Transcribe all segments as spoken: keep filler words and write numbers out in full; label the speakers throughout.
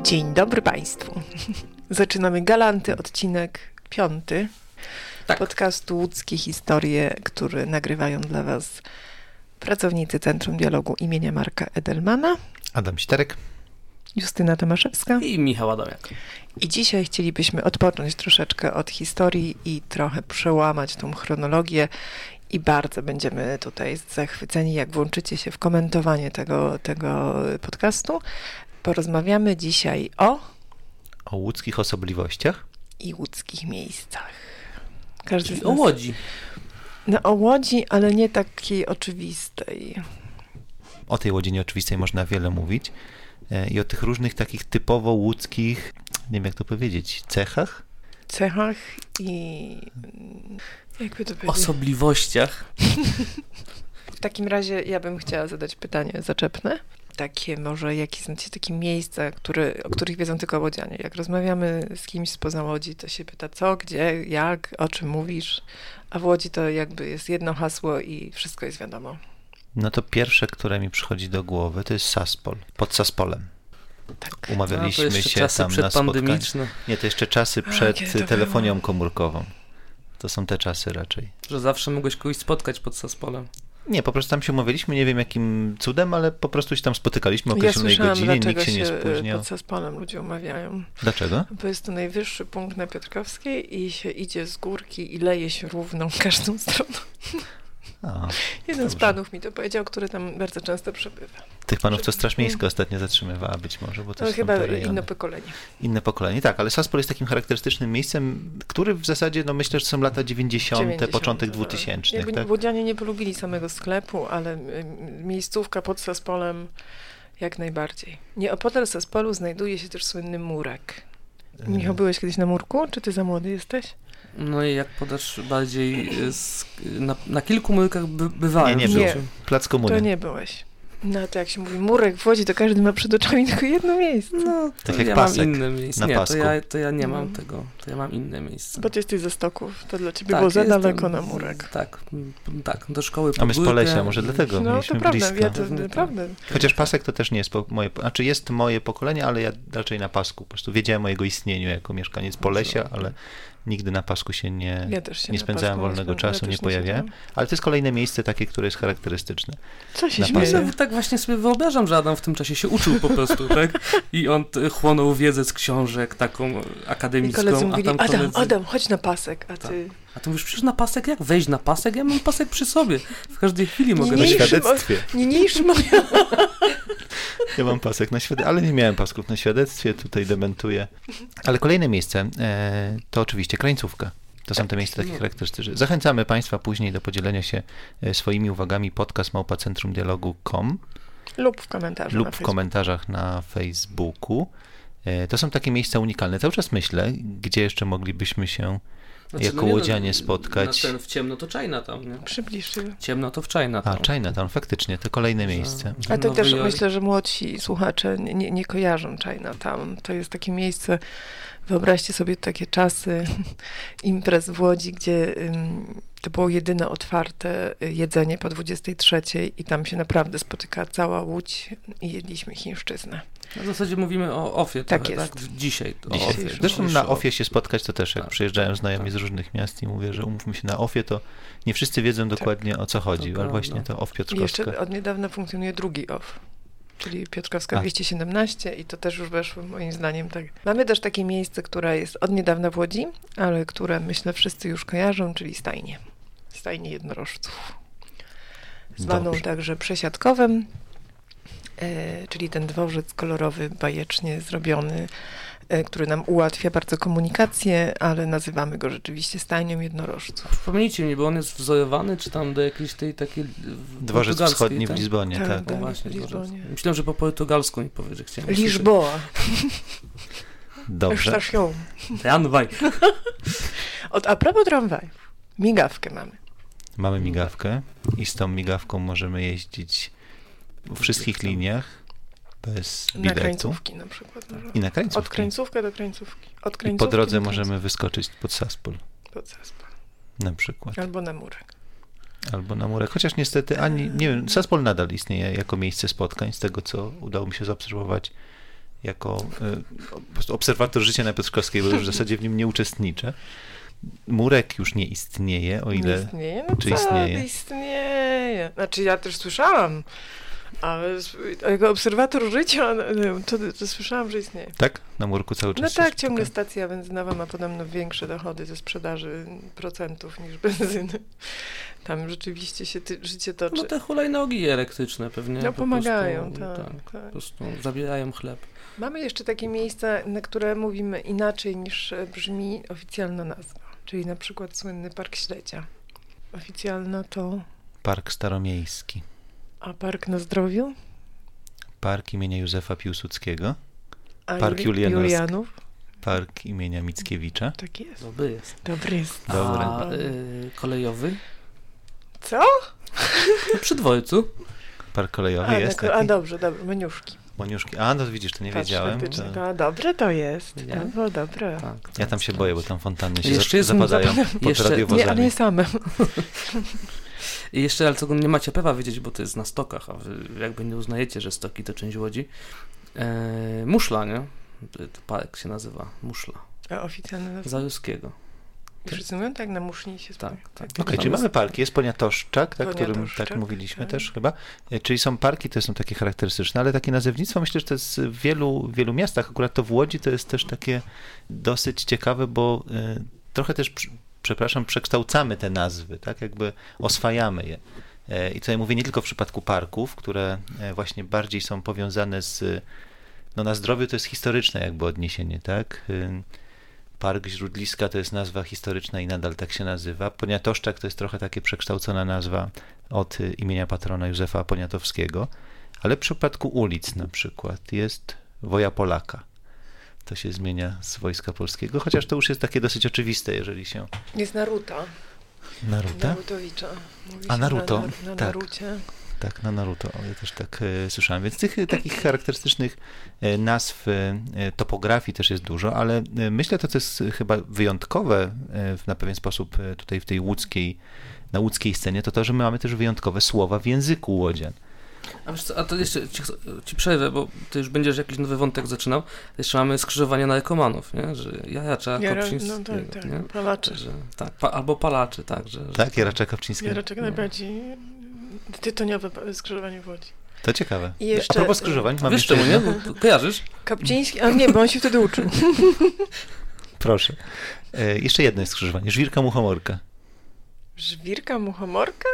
Speaker 1: Dzień dobry Państwu. Zaczynamy galanty odcinek piąty tak. podcastu Łódzkie Historie, który nagrywają dla Was pracownicy Centrum Dialogu imienia Marka Edelmana,
Speaker 2: Adam Sterek,
Speaker 1: Justyna Tomaszewska
Speaker 3: i Michał Adamiak.
Speaker 1: I dzisiaj chcielibyśmy odpocząć troszeczkę od historii i trochę przełamać tą chronologię i bardzo będziemy tutaj zachwyceni, jak włączycie się w komentowanie tego, tego podcastu. Porozmawiamy dzisiaj o...
Speaker 2: O łódzkich osobliwościach
Speaker 1: i łódzkich miejscach. Każdy
Speaker 3: Czyli
Speaker 1: z nas...
Speaker 3: o Łodzi.
Speaker 1: No o Łodzi, ale nie takiej oczywistej.
Speaker 2: O tej Łodzi nieoczywistej można wiele mówić i o tych różnych takich typowo łódzkich, nie wiem jak to powiedzieć, cechach?
Speaker 1: Cechach i... jakby to powiedzieć?
Speaker 3: Osobliwościach.
Speaker 1: W takim razie ja bym chciała zadać pytanie zaczepne. Takie może, jakie są ci takie miejsca, które, o których wiedzą tylko łodzianie. Jak rozmawiamy z kimś spoza Łodzi, to się pyta co, gdzie, jak, o czym mówisz, a w Łodzi to jakby jest jedno hasło i wszystko jest wiadomo.
Speaker 2: No to pierwsze, które mi przychodzi do głowy, to jest Saspol, pod Saspolem.
Speaker 1: Tak.
Speaker 2: Umawialiśmy
Speaker 3: no, to jeszcze
Speaker 2: się
Speaker 3: czasy
Speaker 2: tam na spotkanie. Nie, to jeszcze czasy przed
Speaker 1: a,
Speaker 2: telefonią
Speaker 1: było?
Speaker 2: komórkową. To są te czasy raczej.
Speaker 3: Że zawsze mogłeś kogoś spotkać pod Saspolem.
Speaker 2: Nie, po prostu tam się umawialiśmy, nie wiem jakim cudem, ale po prostu się tam spotykaliśmy o
Speaker 1: Ja
Speaker 2: określonej
Speaker 1: słyszałam,
Speaker 2: godzinie, nikt się
Speaker 1: się
Speaker 2: nie spóźniał.
Speaker 1: pod Saspolem ludzie umawiają.
Speaker 2: Dlaczego?
Speaker 1: Bo jest to najwyższy punkt na Piotrkowskiej i się idzie z górki i leje się równą każdą stroną.
Speaker 2: A,
Speaker 1: Jeden
Speaker 2: dobrze.
Speaker 1: z panów mi to powiedział, który tam bardzo często przebywa.
Speaker 2: Tych panów to Straż Miejska ostatnio zatrzymywała być może, bo to
Speaker 1: No
Speaker 2: są
Speaker 1: chyba
Speaker 2: te rejony.
Speaker 1: inne pokolenie.
Speaker 2: Inne pokolenie, tak, ale Saspol jest takim charakterystycznym miejscem, który w zasadzie, no myślę, że są lata dziewięćdziesiąte,
Speaker 1: dziewięćdziesiąte
Speaker 2: początek
Speaker 1: no.
Speaker 2: dwutysięcznych.
Speaker 1: Jakby
Speaker 2: Tak?
Speaker 1: Łodzianie nie polubili samego sklepu, ale y, miejscówka pod Saspolem jak najbardziej. Nieopodal Saspolu znajduje się też słynny murek. Michał, byłeś kiedyś na murku? Czy ty za młody jesteś?
Speaker 3: No i jak podasz bardziej z, na, na kilku murkach by, bywałem.
Speaker 2: Nie, nie
Speaker 3: w
Speaker 2: był.
Speaker 3: życiu.
Speaker 2: Plac Komuny.
Speaker 1: To nie byłeś. No to jak się mówi murek w Łodzi, to każdy ma przed oczami tylko jedno miejsce.
Speaker 3: No, to
Speaker 2: Tak jak
Speaker 3: ja
Speaker 2: pasek
Speaker 3: mam inne miejsce.
Speaker 2: na
Speaker 3: Nie, to
Speaker 2: pasku.
Speaker 3: ja, to ja nie mam
Speaker 1: Mm.
Speaker 3: tego. To ja mam inne miejsce.
Speaker 1: Bo ty jesteś ze Stoków, to dla ciebie
Speaker 3: Tak,
Speaker 1: było za
Speaker 3: jestem-
Speaker 1: daleko na murek.
Speaker 3: Tak, m, tak, do szkoły
Speaker 2: A my z
Speaker 3: pod
Speaker 2: Polesia,
Speaker 3: górkę.
Speaker 2: może dlatego
Speaker 1: No to
Speaker 2: mieliśmy
Speaker 1: prawda,
Speaker 2: blisko.
Speaker 1: ja to
Speaker 3: Pewnie tak.
Speaker 1: naprawdę.
Speaker 2: Chociaż pasek to też nie jest po, moje, znaczy jest moje pokolenie, ale ja raczej na pasku. Po prostu wiedziałem o jego istnieniu jako mieszkaniec Polesia, ale nigdy na pasku się nie,
Speaker 1: Ja też się
Speaker 2: nie
Speaker 1: na
Speaker 2: spędzałem
Speaker 1: pasku
Speaker 2: wolnego
Speaker 1: spędzam,
Speaker 2: czasu,
Speaker 1: ja
Speaker 2: nie
Speaker 1: też
Speaker 2: pojawiałem.
Speaker 1: siedziałam.
Speaker 2: Ale to jest kolejne miejsce takie, które jest charakterystyczne.
Speaker 1: Co się
Speaker 2: Na
Speaker 1: śmieje?
Speaker 2: pasek.
Speaker 3: No, tak właśnie sobie wyobrażam, że Adam w tym czasie się uczył po prostu, tak? I on t- chłonął wiedzę z książek taką
Speaker 1: I
Speaker 3: akademicką,
Speaker 1: koledzy
Speaker 3: a
Speaker 1: mówili,
Speaker 3: tam
Speaker 1: Adam,
Speaker 3: koledzy...
Speaker 1: Adam, chodź na pasek, a ty...
Speaker 3: A ty mówisz, przecież na pasek jak? Wejść na pasek? Ja mam pasek przy sobie. W każdej chwili mogę...
Speaker 2: Na
Speaker 1: Niniejszym-
Speaker 3: wejść.
Speaker 2: świadectwie.
Speaker 1: Niniejszym
Speaker 2: Ja mam pasek na świadectwie, ale nie miałem pasków na świadectwie, tutaj dementuję. Ale kolejne miejsce e, to oczywiście Krańcówka. To są te miejsca takie charakterystyczne. Zachęcamy Państwa później do podzielenia się e, swoimi uwagami. Podcast małpa centrum dialogu kropka com
Speaker 1: lub w komentarzu na
Speaker 2: lub w
Speaker 1: Facebooku.
Speaker 2: komentarzach na Facebooku. E, to są takie miejsca unikalne. Cały czas myślę, gdzie jeszcze moglibyśmy się jako
Speaker 3: nie,
Speaker 2: łodzianie spotkać.
Speaker 3: Na ten w ciemno to Chinatown, nie?
Speaker 1: Przybliż się.
Speaker 3: Ciemno to w Chinatown.
Speaker 2: A, Chinatown, faktycznie, to kolejne miejsce.
Speaker 1: A to
Speaker 3: Nowy
Speaker 1: też
Speaker 3: Jork.
Speaker 1: myślę, że młodsi słuchacze nie, nie, nie kojarzą Chinatown. To jest takie miejsce, wyobraźcie sobie takie czasy imprez w Łodzi, gdzie ym, to było jedyne otwarte jedzenie po dwudziestej trzeciej i tam się naprawdę spotyka cała Łódź i jedliśmy chińszczyznę.
Speaker 3: No w zasadzie mówimy o ofie
Speaker 1: Tak
Speaker 3: trochę,
Speaker 1: jest.
Speaker 3: tak? Dzisiaj. O
Speaker 2: Dzisiaj.
Speaker 3: ofie.
Speaker 1: Dzisiejszy
Speaker 2: Zresztą
Speaker 3: Dzisiejszy
Speaker 2: na ofie się spotkać to też, jak
Speaker 3: Tak,
Speaker 2: przyjeżdżają
Speaker 3: tak,
Speaker 2: znajomi
Speaker 3: tak.
Speaker 2: z różnych miast i mówię, że umówmy się na ofie, to nie wszyscy wiedzą dokładnie o co chodzi, ale
Speaker 3: prawda.
Speaker 2: właśnie to off
Speaker 1: I
Speaker 2: Piotrkowska.
Speaker 1: jeszcze od niedawna funkcjonuje drugi O F, czyli Piotrkowska
Speaker 2: A.
Speaker 1: dwieście siedemnaście i to też już weszło moim zdaniem tak. Mamy też takie miejsce, które jest od niedawna w Łodzi, ale które myślę wszyscy już kojarzą, czyli stajnie. Stajnie jednorożców. Zwaną
Speaker 2: Dobrze.
Speaker 1: także przesiadkowym, e, czyli ten dworzec kolorowy, bajecznie zrobiony, e, który nam ułatwia bardzo komunikację, ale nazywamy go rzeczywiście stajnią jednorożców.
Speaker 3: Przypomnijcie mi, bo on jest wzorowany, czy tam do jakiejś tej takiej... w-
Speaker 2: Dworzec
Speaker 3: portugalskiej,
Speaker 2: wschodni w
Speaker 3: tak?
Speaker 2: Lizbonie,
Speaker 1: Tak,
Speaker 2: tak.
Speaker 1: tak.
Speaker 3: O, właśnie,
Speaker 1: w Lizbonie.
Speaker 3: dworzec. Myślałem, że po portugalsku mi powie, że chciałem.
Speaker 1: Lisboa.
Speaker 2: Dobrze.
Speaker 1: Station.
Speaker 3: Tramwaj.
Speaker 1: Od, a propos tramwajów, migawkę mamy.
Speaker 2: Mamy migawkę i z tą migawką możemy jeździć w wszystkich liniach bez
Speaker 1: Na
Speaker 2: biletu.
Speaker 1: krańcówki na przykład. Może.
Speaker 2: I na krańcówki.
Speaker 1: Od krańcówka do krańcówki. Od
Speaker 2: I
Speaker 1: krańcówki
Speaker 2: po drodze
Speaker 1: do
Speaker 2: możemy wyskoczyć pod Saspol
Speaker 1: pod Saspol.
Speaker 2: na przykład.
Speaker 1: Albo na murek.
Speaker 2: Albo na murek. Chociaż niestety ani, nie wiem, Saspol nadal istnieje jako miejsce spotkań, z tego co udało mi się zaobserwować jako y, po prostu obserwator życia na Piotrkowskiej, bo już w zasadzie w nim nie uczestniczę. Murek już nie istnieje, o ile...
Speaker 1: Nie istnieje? No
Speaker 2: czy
Speaker 1: co?
Speaker 2: istnieje?
Speaker 1: Istnieje. Znaczy ja też słyszałam, ale jako obserwator życia to, to słyszałam, że istnieje.
Speaker 2: Tak? Na murku cały czas?
Speaker 1: No tak,
Speaker 2: jest
Speaker 1: ciągle
Speaker 2: tutaj?
Speaker 1: stacja benzynowa ma podobno większe dochody ze sprzedaży procentów niż benzyny. Tam rzeczywiście się ty, życie toczy.
Speaker 3: No te hulajnogi elektryczne pewnie.
Speaker 1: No
Speaker 3: po
Speaker 1: pomagają,
Speaker 3: prostu,
Speaker 1: tak,
Speaker 3: Po
Speaker 1: tak.
Speaker 3: prostu zabierają chleb.
Speaker 1: Mamy jeszcze takie miejsca, na które mówimy inaczej niż brzmi oficjalna nazwa. Czyli na przykład słynny Park Śledzia. Oficjalna to...
Speaker 2: Park Staromiejski.
Speaker 1: A Park na Zdrowiu?
Speaker 2: Park imienia Józefa Piłsudskiego.
Speaker 1: A
Speaker 2: Park
Speaker 1: Juli-
Speaker 2: Julianowski.
Speaker 1: Julianów?
Speaker 2: Park imienia Mickiewicza.
Speaker 1: Tak jest.
Speaker 3: Dobry jest.
Speaker 1: Dobry jest.
Speaker 2: Dobry.
Speaker 3: A y, kolejowy?
Speaker 1: Co?
Speaker 3: No, przy dworcu.
Speaker 2: Park kolejowy
Speaker 1: A,
Speaker 2: jest
Speaker 1: na, a
Speaker 2: taki?
Speaker 1: dobrze, dobrze, Moniuszki.
Speaker 2: Moniuszki. A, no widzisz, to nie
Speaker 1: Patrz,
Speaker 2: wiedziałem.
Speaker 1: faktycznie,
Speaker 2: To...
Speaker 1: To dobre to jest.
Speaker 3: Nie?
Speaker 1: To było dobre.
Speaker 3: Tak,
Speaker 2: Ja tam się boję, bo tam fontanny się
Speaker 3: Jeszcze
Speaker 2: za-
Speaker 3: jest-
Speaker 2: zapadają pod
Speaker 3: jeszcze-
Speaker 1: Nie,
Speaker 2: radiowozami.
Speaker 1: ale nie same.
Speaker 3: I jeszcze, ale co nie macie prawa wiedzieć, bo to jest na stokach, a wy jakby nie uznajecie, że stoki to część Łodzi. E, muszla, nie? To, to park się nazywa. Muszla.
Speaker 1: A oficjalne nazwa?
Speaker 3: Zajuskiego.
Speaker 1: I wszyscy mówią tak, na muszli się
Speaker 3: Tak,
Speaker 1: spotka-
Speaker 3: tak.
Speaker 2: Okej,
Speaker 3: Tam
Speaker 2: czyli
Speaker 3: jest-
Speaker 2: mamy parki. Jest Poniatoszczak, tak, którym
Speaker 1: Poniatoszczak,
Speaker 2: tak mówiliśmy
Speaker 1: tak.
Speaker 2: też chyba. E, Czyli są parki, to są takie charakterystyczne, ale takie nazewnictwo myślę, że to jest w wielu, wielu miastach. Akurat to w Łodzi to jest też takie dosyć ciekawe, bo e, trochę też, pr- przepraszam, przekształcamy te nazwy, tak, jakby oswajamy je. E, I tutaj mówię nie tylko w przypadku parków, które e, właśnie bardziej są powiązane z, no na zdrowiu to jest historyczne jakby odniesienie, tak. E, Park Źródliska to jest nazwa historyczna i nadal tak się nazywa. Poniatoszczak to jest trochę takie przekształcona nazwa od y, imienia patrona Józefa Poniatowskiego, ale w przypadku ulic na przykład jest Woja Polaka. To się zmienia z Wojska Polskiego, chociaż to już jest takie dosyć oczywiste, jeżeli się...
Speaker 1: Jest Naruta.
Speaker 2: Naruta?
Speaker 1: Narutowicza. Mówi
Speaker 2: A,
Speaker 1: się
Speaker 2: Naruto,
Speaker 1: Na, na, na
Speaker 2: tak.
Speaker 1: Narucie.
Speaker 2: Tak, na Naruto, o, ja też tak e, słyszałem. Więc tych e, takich charakterystycznych e, nazw e, topografii też jest dużo, ale e, myślę, to co jest e, chyba wyjątkowe e, w, na pewien sposób e, tutaj w tej łódzkiej, na łódzkiej scenie, to to, że my mamy też wyjątkowe słowa w języku łodzian.
Speaker 3: A wiesz co, a to jeszcze ci, ci przerwę, bo ty już będziesz jakiś nowy wątek zaczynał. Jeszcze mamy skrzyżowanie narkomanów, nie? Że Jaracza,
Speaker 1: Jara-
Speaker 3: Kopcińskiego,
Speaker 1: no tak, tak.
Speaker 3: nie?
Speaker 1: Palacze.
Speaker 3: Że, tak, pa, albo palaczy, tak. Że, że
Speaker 2: Tak, Jaracza Kapczyńskiego.
Speaker 1: Jaraczek najbardziej tytoniowe pa- skrzyżowanie w Łodzi.
Speaker 2: To ciekawe.
Speaker 1: I jeszcze-
Speaker 2: A propos skrzyżowań, mam
Speaker 3: Wiesz
Speaker 2: jeszcze
Speaker 3: czemu, nie?
Speaker 2: jedno.
Speaker 3: Bo, kojarzysz?
Speaker 1: Kapczyński, a nie, bo on się wtedy uczył.
Speaker 2: Proszę. E, jeszcze jedno jest skrzyżowanie. Żwirka Muchomorka.
Speaker 1: Żwirka, muchomorka?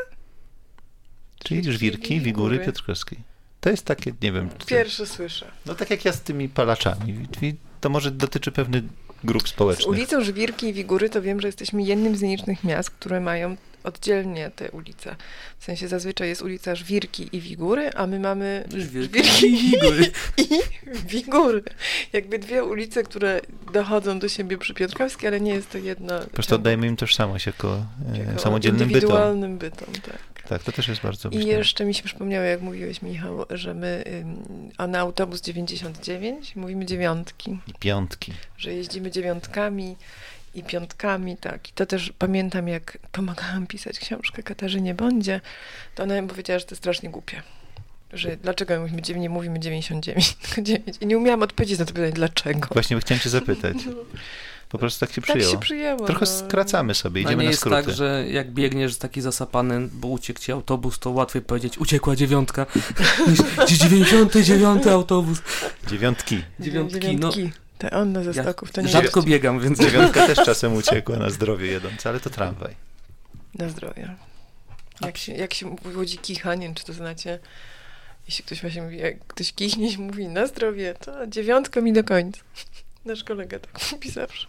Speaker 2: Czyli żwirki, Wigury, Piotrkowskiej. To jest takie, nie wiem... czy-
Speaker 1: Pierwsze słyszę.
Speaker 2: No tak jak ja z tymi palaczami. Czyli to może dotyczy pewnych grup
Speaker 1: Z
Speaker 2: społecznych.
Speaker 1: ulicą Żwirki i Wigury to wiem, że jesteśmy jednym z nielicznych miast, które mają oddzielnie te ulice. W sensie zazwyczaj jest ulica Żwirki i Wigury, a my mamy
Speaker 3: Żwirki i Wigury.
Speaker 1: i Wigury. Jakby dwie ulice, które dochodzą do siebie przy Piotrkowskiej, ale nie jest to jedna.
Speaker 2: Po prostu oddajemy im tożsamość jako, e,
Speaker 1: jako
Speaker 2: samodzielnym bytom.
Speaker 1: indywidualnym bytom, tak.
Speaker 2: Tak, to też jest bardzo
Speaker 1: I
Speaker 2: myślę,
Speaker 1: jeszcze mi się przypomniało, jak mówiłeś, Michał, że my, ym, a na autobus dziewięćdziesiąt dziewięć mówimy dziewiątki,
Speaker 2: i piątki.
Speaker 1: że jeździmy dziewiątkami i piątkami, tak. I to też pamiętam, jak pomagałam pisać książkę Katarzynie Bondzie, to ona mi powiedziała, że to strasznie głupie. Że dlaczego mówimy, dziew- nie mówimy dziewięćdziesiąt dziewięć, tylko dziewięć. I nie umiałam odpowiedzieć na to pytanie, dlaczego.
Speaker 2: Właśnie chciałem cię zapytać. Po prostu tak się
Speaker 1: Tak
Speaker 2: przyjęło.
Speaker 1: się przyjęło.
Speaker 2: Trochę
Speaker 1: no.
Speaker 2: skracamy sobie,
Speaker 3: A
Speaker 2: idziemy
Speaker 3: nie
Speaker 2: na
Speaker 3: jest
Speaker 2: skróty.
Speaker 3: tak, że jak biegniesz taki zasapany, bo uciekł ci autobus, to łatwiej powiedzieć uciekła dziewiątka niż dziewięćdziesiąty dziewiąty autobus.
Speaker 2: Dziewiątki.
Speaker 3: Dziewiątki, no.
Speaker 1: Te one ze
Speaker 3: Ja
Speaker 1: stoków, to nie
Speaker 3: rzadko biegam, więc
Speaker 2: Dziewiątka też czasem uciekła na zdrowie jedąc, ale to tramwaj.
Speaker 1: Na zdrowie. Jak się, jak się mówi w Łodzi kicha, nie wiem, czy to znacie. Jeśli ktoś właśnie mówi, jak ktoś kichnie się mówi na zdrowie, to dziewiątka mi do końca. Nasz kolega tak mówi zawsze.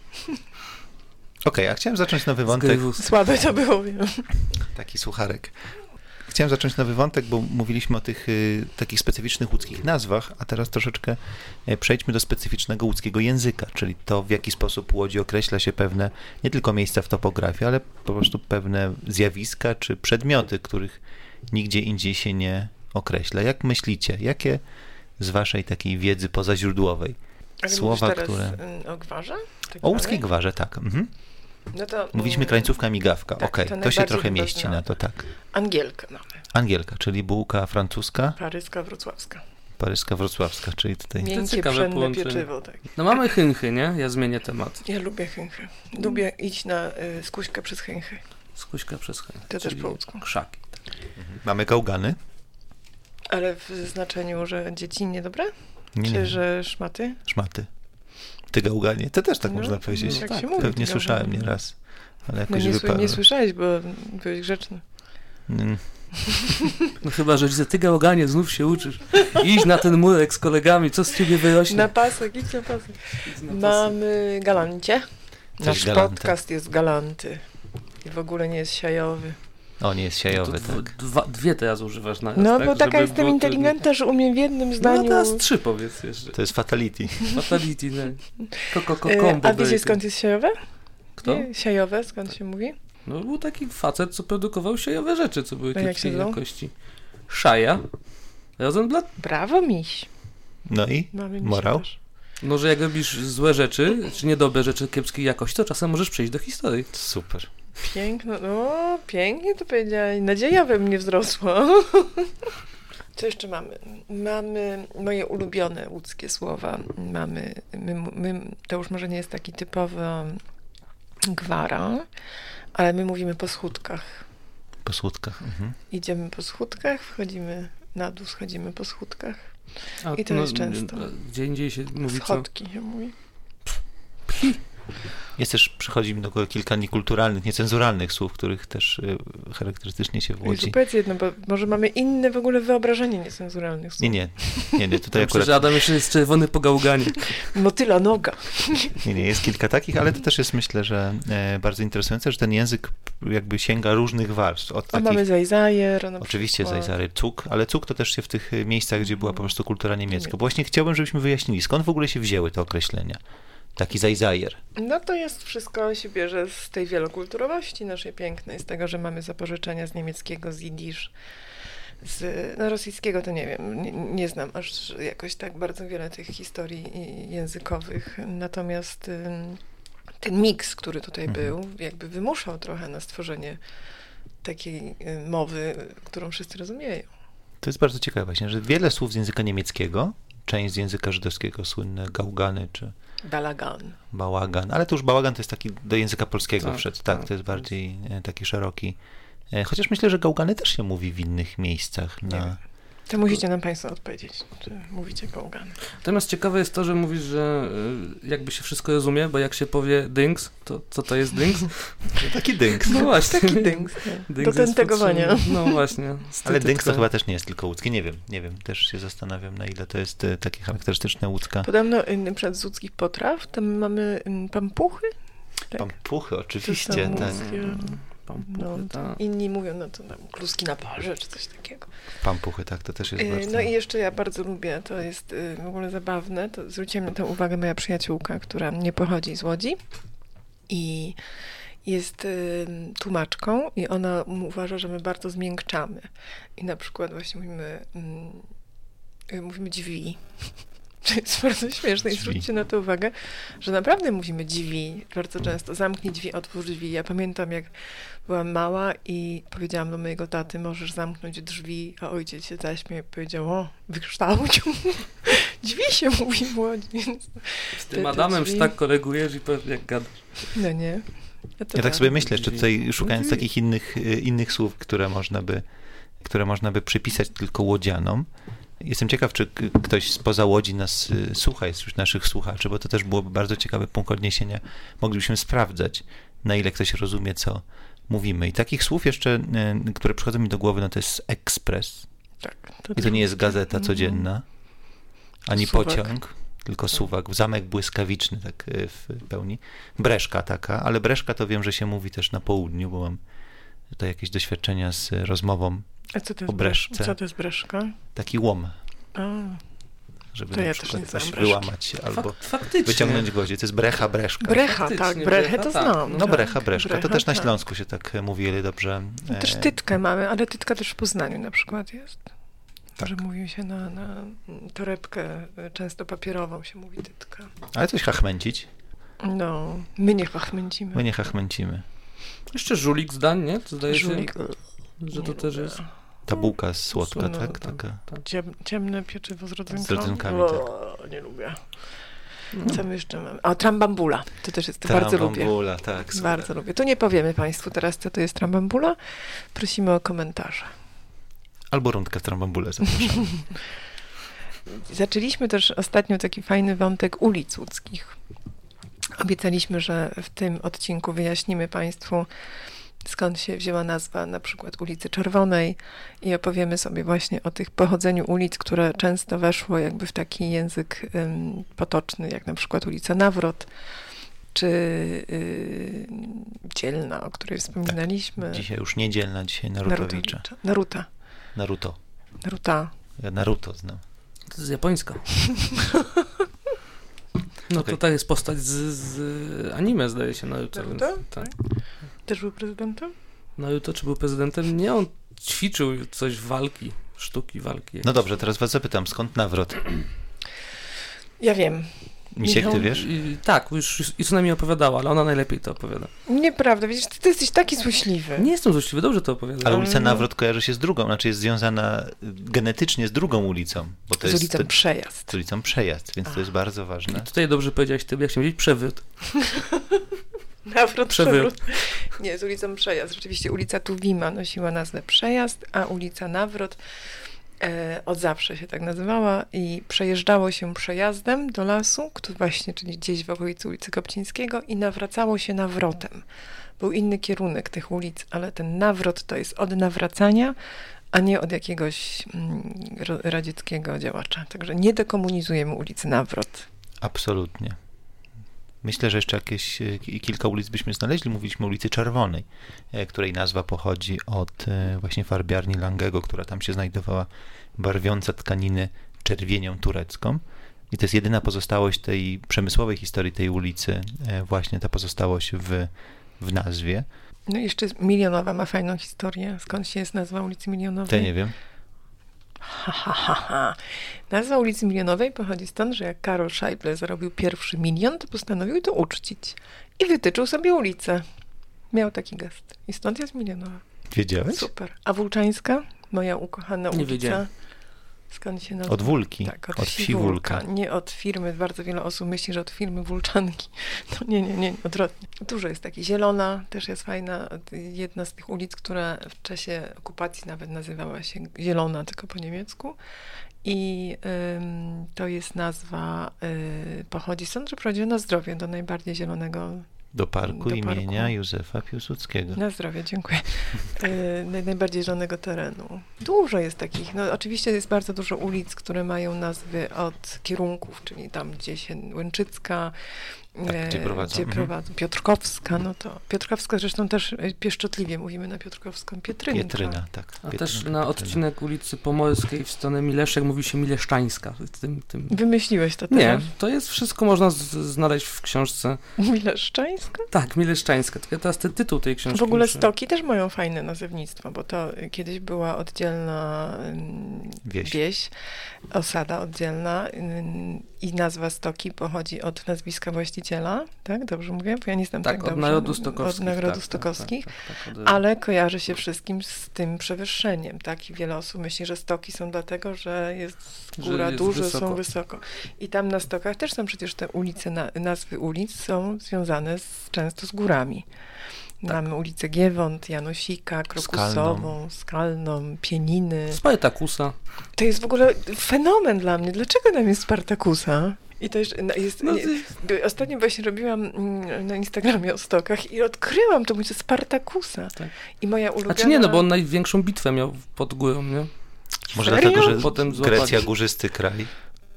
Speaker 2: Okej, a chciałem zacząć nowy wątek,
Speaker 1: Słabe to było, wiem.
Speaker 2: taki sucharek. Chciałem zacząć nowy wątek, bo mówiliśmy o tych y, takich specyficznych łódzkich nazwach, a teraz troszeczkę y, przejdźmy do specyficznego łódzkiego języka, czyli to, w jaki sposób u Łodzi określa się pewne, nie tylko miejsca w topografii, ale po prostu pewne zjawiska czy przedmioty, których nigdzie indziej się nie określa. Jak myślicie, jakie z waszej takiej wiedzy pozaźródłowej
Speaker 1: Ale
Speaker 2: słowa,
Speaker 1: mówisz teraz
Speaker 2: które...
Speaker 1: y, o gwarze? Tak
Speaker 2: O łódzkiej
Speaker 1: dalej?
Speaker 2: gwarze, tak. Mhm.
Speaker 1: No to,
Speaker 2: Mówiliśmy
Speaker 1: mm,
Speaker 2: krańcówka, migawka.
Speaker 1: tak,
Speaker 2: Okej,
Speaker 1: to
Speaker 2: to, się
Speaker 1: najbardziej
Speaker 2: trochę
Speaker 1: chyba
Speaker 2: mieści
Speaker 1: znam.
Speaker 2: na to, tak.
Speaker 1: Angielkę mamy.
Speaker 2: Angielka, czyli bułka francuska,
Speaker 1: Paryska, wrocławska.
Speaker 2: Paryska wrocławska, czyli tutaj...
Speaker 1: Miękkie, pszenne pieczywo. Tak.
Speaker 3: No mamy chynchy, nie? Ja zmienię temat.
Speaker 1: Ja lubię chynchy. Lubię iść na y, skuśkę przez chynchy.
Speaker 3: Skuśka przez chynchy.
Speaker 1: To też po łódzku.
Speaker 3: Krzaki. Tak.
Speaker 2: Mhm. Mamy gałgany.
Speaker 1: Ale w znaczeniu, że dzieci niedobre?
Speaker 2: Nie,
Speaker 1: Czy
Speaker 2: nie.
Speaker 1: że szmaty?
Speaker 2: Szmaty. Ty gałganie. To też tak
Speaker 1: No,
Speaker 2: można powiedzieć.
Speaker 1: no, tak
Speaker 2: tak,
Speaker 1: się mówi,
Speaker 2: pewnie
Speaker 1: ty
Speaker 2: słyszałem
Speaker 1: gałganie.
Speaker 2: nieraz. Ale
Speaker 1: No
Speaker 2: jakoś
Speaker 1: nie,
Speaker 2: wypadło.
Speaker 1: nie słyszałeś, bo byłeś grzeczny.
Speaker 2: Mm.
Speaker 3: No chyba, że widzę, ty gałganie, znów się uczysz. Idź na ten murek z kolegami, co z ciebie wyrośnie?
Speaker 1: Na pasek, idź na pasek.
Speaker 3: Idź na pasek.
Speaker 1: Mamy galancie.
Speaker 2: Coś
Speaker 1: Nasz
Speaker 2: galanty.
Speaker 1: podcast jest galanty. I w ogóle nie jest siajowy.
Speaker 2: O, nie jest siajowy,
Speaker 3: No to
Speaker 2: tak.
Speaker 3: dwa, dwie teraz używasz na raz,
Speaker 1: No
Speaker 3: tak?
Speaker 1: bo taka
Speaker 3: Żeby
Speaker 1: jestem
Speaker 3: było
Speaker 1: inteligentna, że umiem w jednym
Speaker 3: No
Speaker 1: zdaniu...
Speaker 3: teraz trzy powiedz jeszcze.
Speaker 2: To jest fatality.
Speaker 3: Fatality, no. Ko, ko,
Speaker 1: E,
Speaker 3: combo
Speaker 1: A wiecie
Speaker 3: bacon.
Speaker 1: skąd jest siajowe?
Speaker 3: Kto?
Speaker 1: Nie, siajowe, skąd się mówi?
Speaker 3: No był taki facet, co produkował siejowe rzeczy, co były
Speaker 1: A jak
Speaker 3: kiepskiej
Speaker 1: się zwał?
Speaker 3: jakości. Szaja. Rosenblatt.
Speaker 1: Brawo, miś.
Speaker 2: No i?
Speaker 1: Mamy misia
Speaker 2: Morał?
Speaker 1: też.
Speaker 3: No, że jak robisz złe rzeczy, czy niedobre rzeczy kiepskiej jakości, to czasem możesz przejść do historii.
Speaker 2: Super.
Speaker 1: Piękno, no pięknie to powiedziałeś. Nadzieja we mnie wzrosła. Co jeszcze mamy? Mamy moje ulubione łódzkie słowa. Mamy, my, my, to już może nie jest taki typowy gwara, ale my mówimy po schódkach.
Speaker 2: Po słudkach. Mhm.
Speaker 1: Idziemy po schódkach, wchodzimy na dół, schodzimy po schódkach.
Speaker 3: A,
Speaker 1: I to jest często.
Speaker 3: Gdzie indziej się mówi co?
Speaker 1: Schodki się mówi.
Speaker 3: Pchi.
Speaker 2: Jest też, przychodzi mi do głowy kilka niekulturalnych, niecenzuralnych słów, których też y, charakterystycznie się w
Speaker 1: Jezu,
Speaker 2: Łodzi...
Speaker 1: powiedz jedno, bo może mamy inne w ogóle wyobrażenie niecenzuralnych słów.
Speaker 2: Nie, nie, nie, nie, tutaj
Speaker 3: Ja myślę,
Speaker 2: akurat...
Speaker 3: że Adam jeszcze jest czerwony po gałganie.
Speaker 1: Motyla noga.
Speaker 2: Nie, nie, jest kilka takich, ale to też jest, myślę, że e, bardzo interesujące, że ten język jakby sięga różnych warstw. Od
Speaker 1: A
Speaker 2: takich,
Speaker 1: mamy zajzajer. Na
Speaker 2: oczywiście
Speaker 1: przykład.
Speaker 2: zajzary, cuk, ale cuk to też się w tych e, miejscach, gdzie była po prostu kultura niemiecka.
Speaker 1: Nie.
Speaker 2: Bo właśnie chciałbym, żebyśmy wyjaśnili, skąd w ogóle się wzięły te określenia. Taki zajzajer.
Speaker 1: No to jest wszystko się bierze z tej wielokulturowości naszej pięknej, z tego, że mamy zapożyczenia z niemieckiego, z jidysz, z no, rosyjskiego to nie wiem, nie, nie znam aż jakoś tak bardzo wiele tych historii językowych, natomiast ym, ten miks, który tutaj
Speaker 2: Mhm.
Speaker 1: był, jakby wymuszał trochę na stworzenie takiej y, mowy, którą wszyscy rozumieją.
Speaker 2: To jest bardzo ciekawe właśnie, że wiele słów z języka niemieckiego, część z języka żydowskiego, słynne gałgany czy
Speaker 1: Balagan.
Speaker 2: bałagan, ale to już bałagan to jest taki do języka polskiego
Speaker 3: Tak,
Speaker 2: wszedł, tak,
Speaker 3: tak.
Speaker 2: to jest bardziej e, taki szeroki. E, Chociaż myślę, że gałgany też się mówi w innych miejscach.
Speaker 1: Nie
Speaker 2: Na...
Speaker 1: wiem. To musicie nam Państwo odpowiedzieć, czy mówicie gałgany.
Speaker 3: Natomiast ciekawe jest to, że mówisz, że y, jakby się wszystko rozumie, bo jak się powie dynks, to co to jest dynks?
Speaker 2: Taki dynks.
Speaker 3: No właśnie.
Speaker 1: Taki dynks.
Speaker 3: Dynks
Speaker 1: Do
Speaker 3: jest
Speaker 1: tentegowania.
Speaker 3: potrzebny. No właśnie.
Speaker 2: Ale dynks to chyba też nie jest tylko łódzkie, nie wiem, nie wiem, też się zastanawiam, na ile to jest e, takie charakterystyczne łódzka.
Speaker 1: Podobno y, przed z łódzkich potraw, tam mamy y, pampuchy. Tak.
Speaker 2: Pampuchy,
Speaker 1: To
Speaker 2: oczywiście,
Speaker 1: są
Speaker 2: tak.
Speaker 1: łódzkie.
Speaker 3: Pampuchy,
Speaker 1: No,
Speaker 3: tak.
Speaker 1: inni mówią, no to tam kluski na parze, czy coś takiego.
Speaker 2: Pampuchy, tak, to też jest
Speaker 1: Y,
Speaker 2: bardzo...
Speaker 1: No i jeszcze ja bardzo lubię, to jest y, w ogóle zabawne, to zwróciła na to uwagę moja przyjaciółka, która nie pochodzi z Łodzi i jest y, tłumaczką i ona m- uważa, że my bardzo zmiękczamy. I na przykład właśnie mówimy, mm, y, mówimy drzwi. To jest bardzo śmieszne i
Speaker 2: Drzwi.
Speaker 1: zwróćcie na to uwagę, że naprawdę mówimy drzwi bardzo często. Zamknij drzwi, otwórz drzwi. Ja pamiętam, jak byłam mała i powiedziałam do mojego taty, możesz zamknąć drzwi, a ojciec się zaśmiał i powiedział, o, wykształcił. Drzwi się mówi w Łodzi. Więc
Speaker 3: Z
Speaker 1: te-
Speaker 3: tym
Speaker 1: te
Speaker 3: Adamem
Speaker 1: drzwi-
Speaker 3: się tak kolegujesz i pewnie jak gadasz.
Speaker 1: No nie. A to
Speaker 2: Ja tak
Speaker 1: tak.
Speaker 2: sobie myślę, jeszcze tutaj szukając
Speaker 3: Drzwi.
Speaker 2: takich innych, e, innych słów, które można by, które można by przypisać tylko łodzianom. Jestem ciekaw, czy k- ktoś spoza Łodzi nas y, słucha, jest wśród naszych słuchaczy, bo to też byłoby bardzo ciekawy punkt odniesienia. Moglibyśmy sprawdzać, na ile ktoś rozumie, co mówimy. I takich słów jeszcze, y, które przychodzą mi do głowy, no to jest ekspres.
Speaker 1: Tak,
Speaker 2: I to nie jest gazeta codzienna, ani
Speaker 1: Suwak.
Speaker 2: pociąg, tylko suwak. Zamek błyskawiczny, tak y, w pełni. Breszka taka, ale breszka to wiem, że się mówi też na południu, bo mam tutaj jakieś doświadczenia z y, rozmową.
Speaker 1: A co to
Speaker 2: o
Speaker 1: jest
Speaker 2: breszce.
Speaker 1: breszka? Co to jest breszka?
Speaker 2: Taki łom,
Speaker 1: A,
Speaker 2: żeby
Speaker 1: To
Speaker 2: na
Speaker 1: ja też
Speaker 2: przykład
Speaker 1: nie znam
Speaker 2: coś
Speaker 1: breszki.
Speaker 2: wyłamać się albo
Speaker 3: Fak, faktycznie.
Speaker 2: wyciągnąć gwoździe. To jest brecha, breszka.
Speaker 1: brecha,
Speaker 3: faktycznie,
Speaker 1: tak, brechę
Speaker 3: brecha,
Speaker 1: to
Speaker 3: tak.
Speaker 1: znam.
Speaker 2: No
Speaker 1: tak.
Speaker 2: brecha, breszka. To
Speaker 1: Brecha,
Speaker 2: też na
Speaker 1: tak.
Speaker 2: Śląsku się tak mówi, ile dobrze.
Speaker 1: No też
Speaker 2: e,
Speaker 1: tytkę mamy, ale tytka też w Poznaniu na przykład jest.
Speaker 2: Tak.
Speaker 1: Że mówi się na, na torebkę, y, często papierową się mówi tytka.
Speaker 2: Ale coś chachmęcić.
Speaker 1: No, my nie chachmęcimy.
Speaker 2: My nie chachmęcimy.
Speaker 3: Jeszcze żulik zdań, nie? To zdaje
Speaker 1: Żulik,
Speaker 3: się, że to
Speaker 1: nie
Speaker 3: też
Speaker 1: lubię.
Speaker 3: jest...
Speaker 2: Ta bułka słodka,
Speaker 3: Słone,
Speaker 2: tak?
Speaker 3: tak,
Speaker 2: Taka.
Speaker 3: tak.
Speaker 1: Ciem, ciemne pieczywo z rodzynkami.
Speaker 2: Z rodzynkami,
Speaker 1: o, nie lubię.
Speaker 3: No.
Speaker 1: Co my jeszcze mamy? O, trambambula. To też jest, to bardzo lubię.
Speaker 2: Trambambula, tak. Super.
Speaker 1: Bardzo lubię. To nie powiemy Państwu teraz, co to jest trambambula. Prosimy o komentarze.
Speaker 2: Albo rundkę w trambambule, zapraszam.
Speaker 1: Zaczęliśmy też ostatnio taki fajny wątek ulic łódzkich. Obiecaliśmy, że w tym odcinku wyjaśnimy Państwu, skąd się wzięła nazwa na przykład ulicy Czerwonej i opowiemy sobie właśnie o tych pochodzeniu ulic, które często weszło jakby w taki język um, potoczny, jak na przykład ulica Nawrot, czy y, Dzielna, o której wspominaliśmy.
Speaker 2: Tak. Dzisiaj już niedzielna, dzisiaj Narutowicza.
Speaker 1: Naruta.
Speaker 2: Naruto.
Speaker 1: Naruta.
Speaker 2: Ja Naruto znam.
Speaker 3: To jest japońska. No
Speaker 2: Okay.
Speaker 3: tutaj jest postać z, z anime, zdaje się, Naruto. Więc, tak.
Speaker 1: Też był prezydentem?
Speaker 3: Naruto czy był prezydentem? Nie, on ćwiczył coś walki, sztuki walki.
Speaker 2: No dobrze, teraz was zapytam, skąd nawrot?
Speaker 1: Ja wiem.
Speaker 2: Misiek, ty wiesz?
Speaker 3: I, tak, już Izuna mi opowiadała, ale ona najlepiej to opowiada.
Speaker 1: Nieprawda, widzisz, ty, ty jesteś taki złośliwy.
Speaker 3: Nie jestem złośliwy, dobrze to opowiada.
Speaker 2: Ale ulica Nawrot kojarzy się z drugą, znaczy jest związana genetycznie z drugą ulicą. Bo to
Speaker 1: z
Speaker 2: jest
Speaker 1: ulicą
Speaker 2: to,
Speaker 1: Przejazd.
Speaker 2: Z ulicą Przejazd, więc A. to jest bardzo ważne.
Speaker 3: I tutaj dobrze powiedziałeś ty, jak się powiedzieć, przewrót.
Speaker 1: Nawrot,
Speaker 3: przewrót.
Speaker 1: przewrót. Nie, z ulicą Przejazd. Rzeczywiście ulica Tuwima nosiła nazwę Przejazd, a ulica Nawrot e, od zawsze się tak nazywała i przejeżdżało się przejazdem do lasu, który właśnie, czyli gdzieś w okolicy ulicy Kopcińskiego i nawracało się nawrotem. Był inny kierunek tych ulic, ale ten nawrot to jest od nawracania, a nie od jakiegoś mm, radzieckiego działacza. Także nie dekomunizujemy ulicy Nawrot.
Speaker 2: Absolutnie. Myślę, że jeszcze jakieś kilka ulic byśmy znaleźli. Mówiliśmy o ulicy Czerwonej, której nazwa pochodzi od właśnie farbiarni Langego, która tam się znajdowała, barwiąca tkaniny czerwienią turecką. I to jest jedyna pozostałość tej przemysłowej historii tej ulicy, właśnie ta pozostałość w, w nazwie.
Speaker 1: No i jeszcze Milionowa ma fajną historię. Skąd się jest nazwa ulicy Milionowej?
Speaker 2: To ja nie wiem.
Speaker 1: Ha, ha, ha, ha. Nazwa ulicy Milionowej pochodzi stąd, że jak Karol Scheible zarobił pierwszy milion, to postanowił to uczcić. I wytyczył sobie ulicę. Miał taki gest. I stąd jest Milionowa.
Speaker 2: Wiedziałeś?
Speaker 1: Super. A Wólczańska? Moja ukochana
Speaker 3: nie
Speaker 1: ulica.
Speaker 3: Wiedziałem.
Speaker 1: Skąd się nazywa?
Speaker 2: Od Wólki.
Speaker 1: Tak, od,
Speaker 2: od
Speaker 1: wsi
Speaker 2: wsi
Speaker 1: Wólka.
Speaker 2: Wólka.
Speaker 1: Nie od firmy. Bardzo wiele osób myśli, że od firmy Wólczanki. No nie, nie, nie, odwrotnie. Dużo jest takich. Zielona też jest fajna. Jedna z tych ulic, która w czasie okupacji nawet nazywała się Zielona, tylko po niemiecku. I ym, to jest nazwa, y, pochodzi stąd, że prowadzi na zdrowie do najbardziej zielonego
Speaker 2: Do parku
Speaker 1: do
Speaker 2: imienia
Speaker 1: parku.
Speaker 2: Józefa Piłsudskiego.
Speaker 1: Na zdrowie, dziękuję. Naj, najbardziej zielonego terenu. Dużo jest takich. No, oczywiście jest bardzo dużo ulic, które mają nazwy od kierunków, czyli tam gdzieś Łęczycka,
Speaker 2: tak, gdzie prowadzą.
Speaker 1: Gdzie
Speaker 2: mhm.
Speaker 1: prowadzą. Piotrkowska, no to Piotrkowska zresztą też pieszczotliwie mówimy na Piotrkowską. Pietrynka.
Speaker 2: Pietryna, tak.
Speaker 3: A
Speaker 2: Pietryna,
Speaker 3: też na
Speaker 2: Pietryna.
Speaker 3: odcinek ulicy Pomorskiej w stronę Mileszek mówi się Mileszczańska. Tym, tym...
Speaker 1: Wymyśliłeś to
Speaker 3: Nie,
Speaker 1: teraz?
Speaker 3: to jest wszystko można z- znaleźć w książce.
Speaker 1: Mileszczańska?
Speaker 3: Tak, Mileszczańska. Tylko teraz ten tytuł tej książki.
Speaker 1: W ogóle
Speaker 3: muszę...
Speaker 1: Stoki też mają fajne nazewnictwo, bo to kiedyś była oddzielna ym,
Speaker 2: Wieś.
Speaker 1: wieś, osada oddzielna ym, i nazwa Stoki pochodzi od nazwiska właściciela, tak? Dobrze mówię? Bo ja nie znam tak,
Speaker 3: Tak,
Speaker 1: tak
Speaker 3: od
Speaker 1: dobrze.
Speaker 3: narodu stokowskich.
Speaker 1: Od narodu
Speaker 3: tak,
Speaker 1: stokowskich,
Speaker 3: tak, tak, tak, tak, od...
Speaker 1: ale kojarzy się wszystkim z tym przewyższeniem, tak? I wiele osób myśli, że Stoki są dlatego, że jest góra,
Speaker 3: Że jest
Speaker 1: duże
Speaker 3: wysoko.
Speaker 1: są wysoko. I tam na Stokach też są przecież te ulice, na, nazwy ulic są związane z, często z górami.
Speaker 3: Tak.
Speaker 1: Mamy ulicę Giewont, Janosika, Krokusową, Skalną, Skalną Pieniny.
Speaker 3: Spartakusa.
Speaker 1: To jest w ogóle fenomen dla mnie. Dlaczego tam jest Spartakusa? I to jest, jest
Speaker 3: No,
Speaker 1: nie, ostatnio właśnie robiłam na Instagramie o Stokach i odkryłam to, mówię, Spartakusa.
Speaker 3: Tak.
Speaker 1: I moja ulubiona...
Speaker 3: Znaczy nie, no bo on największą bitwę miał pod górą, nie?
Speaker 2: Może
Speaker 1: Serio?
Speaker 2: dlatego, że
Speaker 3: Potem
Speaker 2: Grecja
Speaker 3: złapali.
Speaker 2: górzysty kraj.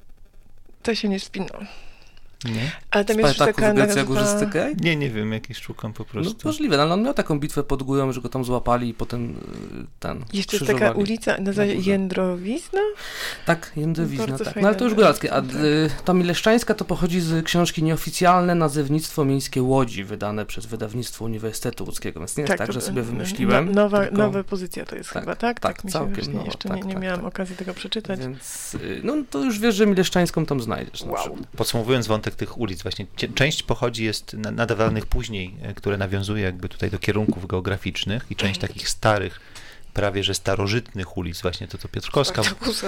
Speaker 1: To się nie spinało.
Speaker 2: Nie?
Speaker 1: Ale tam jest
Speaker 3: Spartakus,
Speaker 1: taka
Speaker 3: Grecja,
Speaker 1: nazwa...
Speaker 3: górzysty kraj?
Speaker 2: Nie, nie wiem, jakieś szukam po
Speaker 3: No
Speaker 2: prostu.
Speaker 3: możliwe, ale on miał taką bitwę pod górą, że go tam złapali i potem y, ten
Speaker 1: Jeszcze jest
Speaker 3: krzyżowali.
Speaker 1: taka ulica, nazywa
Speaker 3: na górze.
Speaker 1: Jędrowizna?
Speaker 3: Tak, Jędrowizna,
Speaker 1: Bardzo
Speaker 3: tak.
Speaker 1: fajna
Speaker 3: No ale to już góralskie. A
Speaker 1: nazwa,
Speaker 3: y, ta Mileszczańska to pochodzi z książki Nieoficjalne nazewnictwo miejskie Łodzi, wydane przez wydawnictwo Uniwersytetu Łódzkiego. Więc nie jest tak,
Speaker 1: to-
Speaker 3: że sobie wymyśliłem.
Speaker 1: No, nowa,
Speaker 3: tylko...
Speaker 1: nowa pozycja to jest
Speaker 3: Tak,
Speaker 1: chyba, tak?
Speaker 3: tak,
Speaker 1: mi się
Speaker 3: całkiem
Speaker 1: wydaje.
Speaker 3: nowa,
Speaker 1: Jeszcze
Speaker 3: tak,
Speaker 1: nie, nie
Speaker 3: tak,
Speaker 1: miałam
Speaker 3: tak.
Speaker 1: okazji tego przeczytać.
Speaker 3: Więc y, no to już wiesz, że Mileszczańską tam znajdziesz. na
Speaker 1: Wow.
Speaker 3: przykład.
Speaker 2: Podsumowując wątek tych ulic, właśnie cie- część pochodzi, jest na- nadawanych później, e, które nawiązuje jakby tutaj do kierunków geograficznych i część takich starych prawie że starożytnych ulic, właśnie to, co Piotrkowska.
Speaker 1: Spartakusa.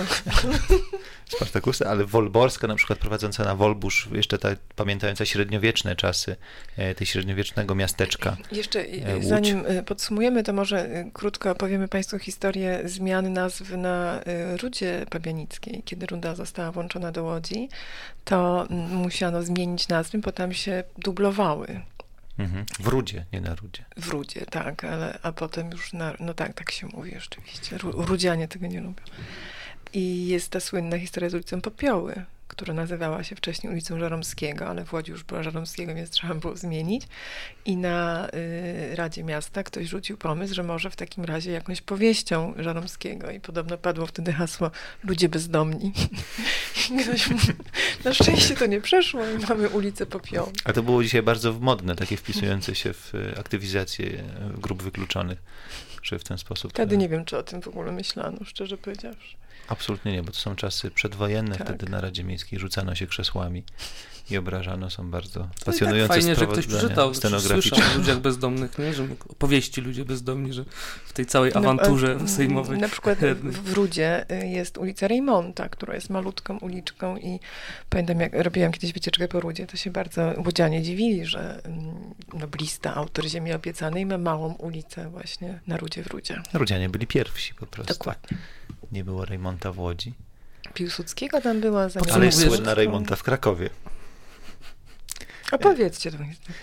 Speaker 2: Spartakusa, ale Wolborska na przykład prowadząca na Wolbórz, jeszcze ta pamiętająca średniowieczne czasy, tej średniowiecznego miasteczka.
Speaker 1: Jeszcze
Speaker 2: Łódź.
Speaker 1: zanim podsumujemy, to może krótko opowiemy Państwu historię zmiany nazw na Rudzie Pabianickiej. Kiedy Ruda została włączona do Łodzi, to musiano zmienić nazwy, bo tam się dublowały.
Speaker 2: Mhm. W Rudzie, nie na Rudzie.
Speaker 1: W Rudzie, tak, ale a potem już na, no tak, tak się mówi rzeczywiście. Ru, Rudzianie tego nie lubią. I jest ta słynna historia z ulicą Popioły, która nazywała się wcześniej ulicą Żeromskiego, ale w Łodzi już była Żeromskiego, więc trzeba było zmienić. I na y, Radzie Miasta ktoś rzucił pomysł, że może w takim razie jakąś powieścią Żeromskiego. I podobno padło wtedy hasło ludzie bezdomni. I ktoś, na szczęście to nie przeszło i mamy ulicę Popioły.
Speaker 2: A to było dzisiaj bardzo modne, takie wpisujące się w aktywizację grup wykluczonych, że w ten sposób...
Speaker 1: Wtedy nie wiem, czy o tym w ogóle myślano, szczerze powiedziawszy.
Speaker 2: Absolutnie nie, bo to są czasy przedwojenne,
Speaker 1: tak.
Speaker 2: Wtedy na Radzie Miejskiej rzucano się krzesłami i obrażano, są bardzo
Speaker 3: to
Speaker 2: pasjonujące
Speaker 3: tak fajnie, że ktoś przeczytał,
Speaker 2: scenograficzne.
Speaker 3: Słyszał o ludziach bezdomnych, nie? Że opowieści ludzie bezdomni, że w tej całej awanturze
Speaker 1: no,
Speaker 3: sejmowej.
Speaker 1: Na przykład w Rudzie jest ulica Rejmonta, która jest malutką uliczką i pamiętam, jak robiłam kiedyś wycieczkę po Rudzie, to się bardzo łodzianie dziwili, że noblista, autor Ziemi Obiecanej ma małą ulicę właśnie na Rudzie w Rudzie.
Speaker 2: Rudzianie byli pierwsi po prostu.
Speaker 1: Dokładnie.
Speaker 2: Nie było Rejmonta w Łodzi.
Speaker 1: Piłsudskiego tam była za
Speaker 2: Ale jest słynna Rejmonta w Krakowie.
Speaker 1: Opowiedzcie to.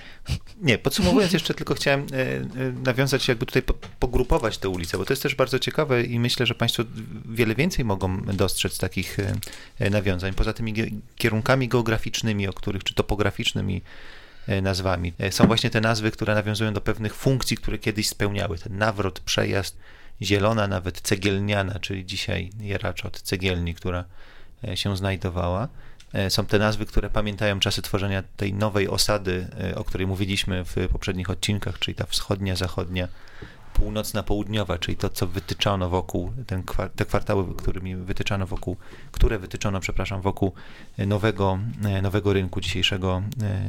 Speaker 2: Nie, podsumowując jeszcze tylko chciałem e, e, nawiązać, jakby tutaj po, pogrupować te ulice, bo to jest też bardzo ciekawe i myślę, że Państwo wiele więcej mogą dostrzec takich e, nawiązań. Poza tymi ge- kierunkami geograficznymi, o których, czy topograficznymi e, nazwami, e, są właśnie te nazwy, które nawiązują do pewnych funkcji, które kiedyś spełniały. Ten nawrot, przejazd, zielona, nawet cegielniana, czyli dzisiaj Jeraczot, cegielni, która e, się znajdowała. Są te nazwy, które pamiętają czasy tworzenia tej nowej osady, o której mówiliśmy w poprzednich odcinkach, czyli ta wschodnia, zachodnia, północna, południowa, czyli to, co wytyczono wokół, ten, te kwartały, którymi wytyczano wokół, które wytyczono, przepraszam, wokół nowego, nowego rynku, dzisiejszego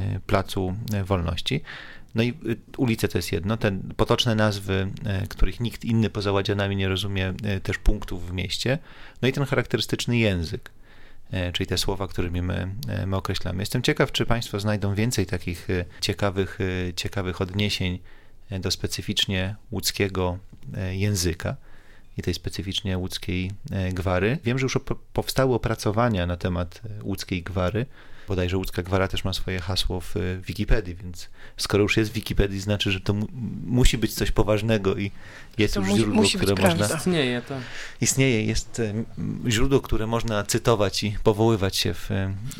Speaker 2: Placu Wolności. No i ulice to jest jedno, te potoczne nazwy, których nikt inny poza ładzianami nie rozumie, też punktów w mieście, no i ten charakterystyczny język, czyli te słowa, którymi my, my określamy. Jestem ciekaw, czy Państwo znajdą więcej takich ciekawych, ciekawych odniesień do specyficznie łódzkiego języka i tej specyficznie łódzkiej gwary. Wiem, że już powstały opracowania na temat łódzkiej gwary. Bodajże łódzka gwara też ma swoje hasło w Wikipedii, więc skoro już jest w Wikipedii, znaczy, że to mu, musi być coś poważnego i jest
Speaker 1: to
Speaker 2: już
Speaker 1: musi,
Speaker 2: źródło,
Speaker 1: musi
Speaker 2: które
Speaker 1: być
Speaker 2: można...
Speaker 3: Istnieje, to.
Speaker 2: Istnieje, jest źródło, które można cytować i powoływać się w,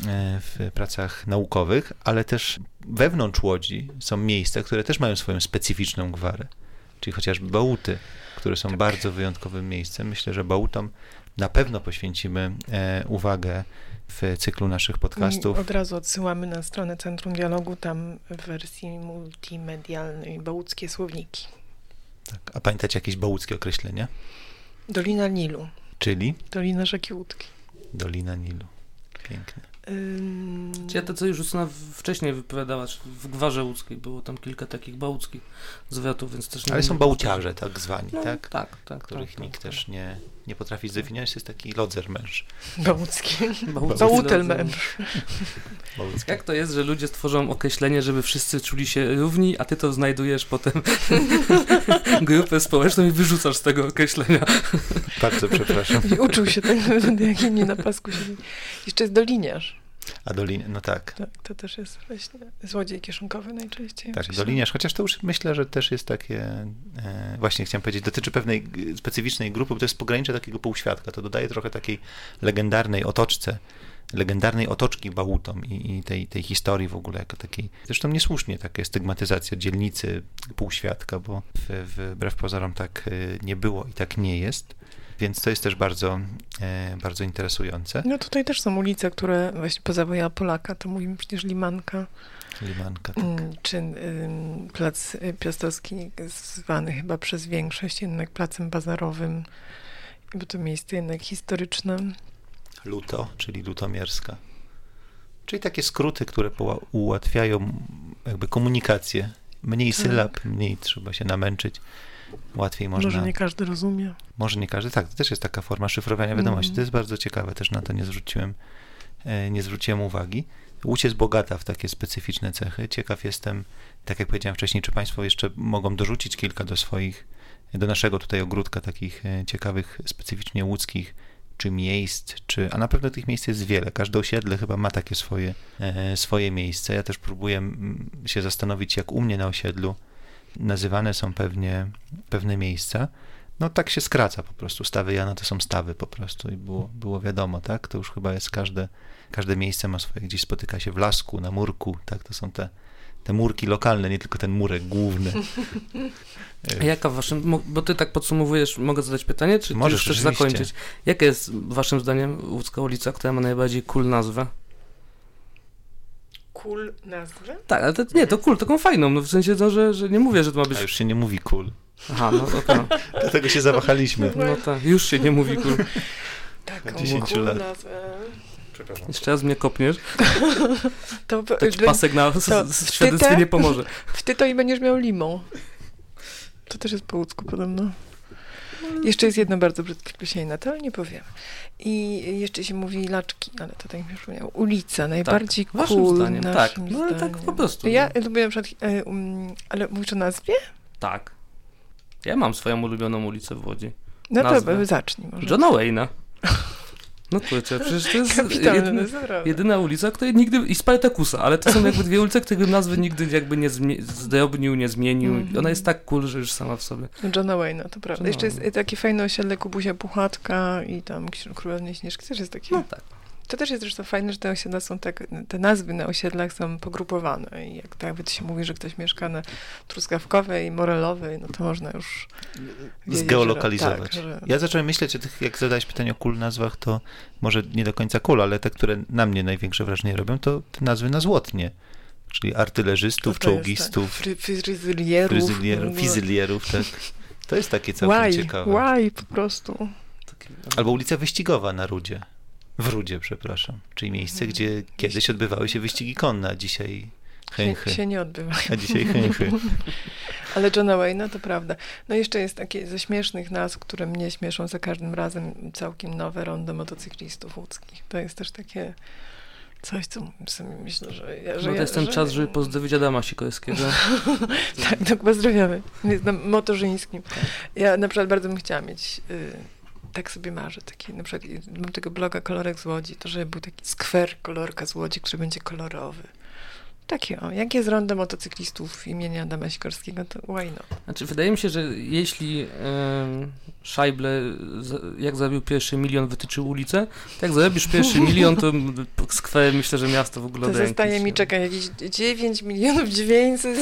Speaker 2: w pracach naukowych, ale też wewnątrz Łodzi są miejsca, które też mają swoją specyficzną gwarę, czyli chociażby Bałuty, które są tak. bardzo wyjątkowym miejscem. Myślę, że Bałutom na pewno poświęcimy uwagę w cyklu naszych podcastów.
Speaker 1: I od razu odsyłamy na stronę Centrum Dialogu, tam w wersji multimedialnej bałuckie słowniki.
Speaker 2: Tak. A pamiętacie jakieś bałuckie określenia?
Speaker 1: Dolina Nilu.
Speaker 2: Czyli?
Speaker 1: Dolina rzeki Łódki.
Speaker 2: Dolina Nilu. Pięknie.
Speaker 1: Ym...
Speaker 3: Czy ja to, co już Justyna wcześniej wypowiadała, w Gwarze Łódzkiej było tam kilka takich bałuckich zwiatów, więc też nie...
Speaker 2: Ale są bałciarze, tak zwani,
Speaker 3: no,
Speaker 2: tak?
Speaker 3: Tak, tak.
Speaker 2: Których
Speaker 3: tak,
Speaker 2: nikt
Speaker 3: tak,
Speaker 2: też
Speaker 3: tak.
Speaker 2: nie, nie potrafi zdefiniować. Jest taki lodzer-męż.
Speaker 1: Bałucki.
Speaker 3: Bałutel-męż.
Speaker 2: Bałucki.
Speaker 3: Jak to jest, że ludzie stworzą określenie, żeby wszyscy czuli się równi, a ty to znajdujesz potem grupę społeczną i wyrzucasz z tego określenia.
Speaker 2: Bardzo przepraszam.
Speaker 1: I uczył się tego, jak inni na pasku siedzi. Jeszcze jest doliniarz.
Speaker 2: A dolin, no tak.
Speaker 1: tak. To też jest właśnie złodziej kieszonkowy najczęściej.
Speaker 2: Tak, doliniarz, chociaż to już myślę, że też jest takie, e, właśnie chciałem powiedzieć, dotyczy pewnej specyficznej grupy, bo to jest pogranicze takiego półświadka, to dodaje trochę takiej legendarnej otoczce, legendarnej otoczki Bałutom i, i tej, tej historii w ogóle jako takiej, zresztą niesłusznie taka stygmatyzacja dzielnicy półświadka, bo w, wbrew pozorom tak nie było i tak nie jest. Więc to jest też bardzo, e, bardzo interesujące.
Speaker 1: No tutaj też są ulice, które właśnie poza Woja Polaka, to mówimy przecież Limanka.
Speaker 2: Limanka, tak.
Speaker 1: Czy y, Plac Piastowski, zwany chyba przez większość jednak placem bazarowym, bo to miejsce jednak historyczne.
Speaker 2: Luto, czyli Lutomierska. Czyli takie skróty, które poła- ułatwiają jakby komunikację. Mniej sylab, tak. mniej trzeba się namęczyć. łatwiej można...
Speaker 1: Może nie każdy rozumie.
Speaker 2: Może nie każdy, tak, to też jest taka forma szyfrowania wiadomości.
Speaker 1: Mm.
Speaker 2: To jest bardzo ciekawe, też na to nie zwróciłem, nie zwróciłem uwagi. Łódź jest bogata w takie specyficzne cechy. Ciekaw jestem, tak jak powiedziałem wcześniej, czy Państwo jeszcze mogą dorzucić kilka do swoich, do naszego tutaj ogródka takich ciekawych, specyficznie łódzkich, czy miejsc, czy, a na pewno tych miejsc jest wiele. Każde osiedle chyba ma takie swoje, e, swoje miejsce. Ja też próbuję m, się zastanowić, jak u mnie na osiedlu nazywane są pewnie, pewne miejsca. No tak się skraca po prostu. Stawy Jana to są stawy po prostu i było, było wiadomo, tak? To już chyba jest każde, każde miejsce ma swoje, gdzieś spotyka się w lasku, na murku, tak? To są te, te murki lokalne, nie tylko ten murek główny.
Speaker 3: A jaka w waszym, bo ty tak podsumowujesz, mogę zadać pytanie, czy
Speaker 2: Możesz,
Speaker 3: chcesz
Speaker 2: oczywiście.
Speaker 3: zakończyć? Jaka jest waszym zdaniem łódzka ulica, która ma najbardziej cool nazwę?
Speaker 1: Cool nazwę?
Speaker 3: Tak, ale to, nie, to cool, taką fajną, no w sensie, no, że, że nie mówię, że to ma być...
Speaker 2: A już się nie mówi cool.
Speaker 3: Aha, no okej. Okay.
Speaker 2: Dlatego się zawahaliśmy.
Speaker 3: No tak, już się nie mówi cool.
Speaker 1: Taką
Speaker 2: dziesięciu
Speaker 1: cool
Speaker 2: lat.
Speaker 1: nazwę.
Speaker 2: Przepraszam.
Speaker 3: Jeszcze raz mnie kopniesz,
Speaker 1: To,
Speaker 3: to ci pasek na
Speaker 1: to
Speaker 3: świadectwie nie pomoże.
Speaker 1: W ty to i będziesz miał limą. To też jest po łódzku podobno. Jeszcze jest jedno bardzo brzydkie określenie, to ale nie powiem. I jeszcze się mówi laczki, ale to tak mi przypomniało. Ulica, najbardziej
Speaker 3: tak, waszym
Speaker 1: cool.
Speaker 3: zdaniem, tak.
Speaker 1: naszym
Speaker 3: No ale
Speaker 1: zdaniem.
Speaker 3: tak po prostu.
Speaker 1: Ja
Speaker 3: no.
Speaker 1: lubię na przykład, e, um, ale mówisz o nazwie?
Speaker 3: Tak. Ja mam swoją ulubioną ulicę w Łodzi.
Speaker 1: No
Speaker 3: Nazwę.
Speaker 1: to zacznij może.
Speaker 3: Johna Wayne'a. No kurczę, przecież to jest
Speaker 1: Kapitalne,
Speaker 3: jedyna,
Speaker 1: naprawdę.
Speaker 3: jedyna ulica, której nigdy... I Spartakusa, ale to są jakby dwie ulice, których nazwy nigdy jakby nie zmi- zdrobnił, nie zmienił.
Speaker 1: Mhm.
Speaker 3: Ona jest tak cool, że już sama w sobie.
Speaker 1: Johna Wayne'a, to prawda.
Speaker 3: Johna
Speaker 1: Jeszcze jest
Speaker 3: Wayne'a.
Speaker 1: takie fajne osiedle Kubusia Puchatka i tam Królewnej Śnieżki też jest takie...
Speaker 3: No tak.
Speaker 1: To też jest zresztą fajne, że te osiedla są tak, te nazwy na osiedlach są pogrupowane i jak nawet się mówi, że ktoś mieszka na Truskawkowej i Morelowej, no to można już wiedzieć,
Speaker 2: zgeolokalizować.
Speaker 1: Że, tak, że...
Speaker 2: Ja zacząłem myśleć o tych, jak zadałeś pytanie o cool nazwach, to może nie do końca cool, ale te, które na mnie największe wrażenie robią, to te nazwy na złotnie. Czyli artylerzystów,
Speaker 1: To to jest
Speaker 2: czołgistów,
Speaker 1: tak. Fry- fryzylierów.
Speaker 2: fryzylierów, fizylierów, tak. To jest takie całkiem
Speaker 1: Łaj,
Speaker 2: ciekawe.
Speaker 1: łaj po prostu.
Speaker 2: Albo ulica Wyścigowa na Rudzie. W Rudzie, przepraszam. Czyli miejsce, gdzie kiedyś odbywały się wyścigi konne, a dzisiaj chęchy.
Speaker 1: Się, się nie odbywa.
Speaker 2: A dzisiaj chęchy.
Speaker 1: Ale Johna Wayne'a to prawda. No jeszcze jest takie ze śmiesznych nazw, które mnie śmieszą za każdym razem, całkiem nowe rondo motocyklistów łódzkich. To jest też takie coś, co sobie myślę, że... Ja, że
Speaker 3: No to
Speaker 1: ja,
Speaker 3: jest ten
Speaker 1: że...
Speaker 3: czas, żeby pozdrowić Adama Sikorskiego.
Speaker 1: Tak, tak, pozdrawiamy. Jest na motorzyńskim. Ja na przykład bardzo bym chciała mieć... Y, tak sobie marzę, taki na przykład mam tego bloga Kolorek z Łodzi, to żeby był taki skwer kolorka z Łodzi, który będzie kolorowy. Taki o, jak jest rondo motocyklistów imienia Adama Sikorskiego, to why not?
Speaker 3: Znaczy, wydaje mi się, że jeśli um, Schäuble z, jak zarobił pierwszy milion, wytyczył ulicę, to jak zarobisz pierwszy milion, to skwer, myślę, że miasto w ogóle
Speaker 1: To
Speaker 3: odręki
Speaker 1: zostaje
Speaker 3: się.
Speaker 1: mi, czekaj, jakieś dziewięć milionów dziewięćset,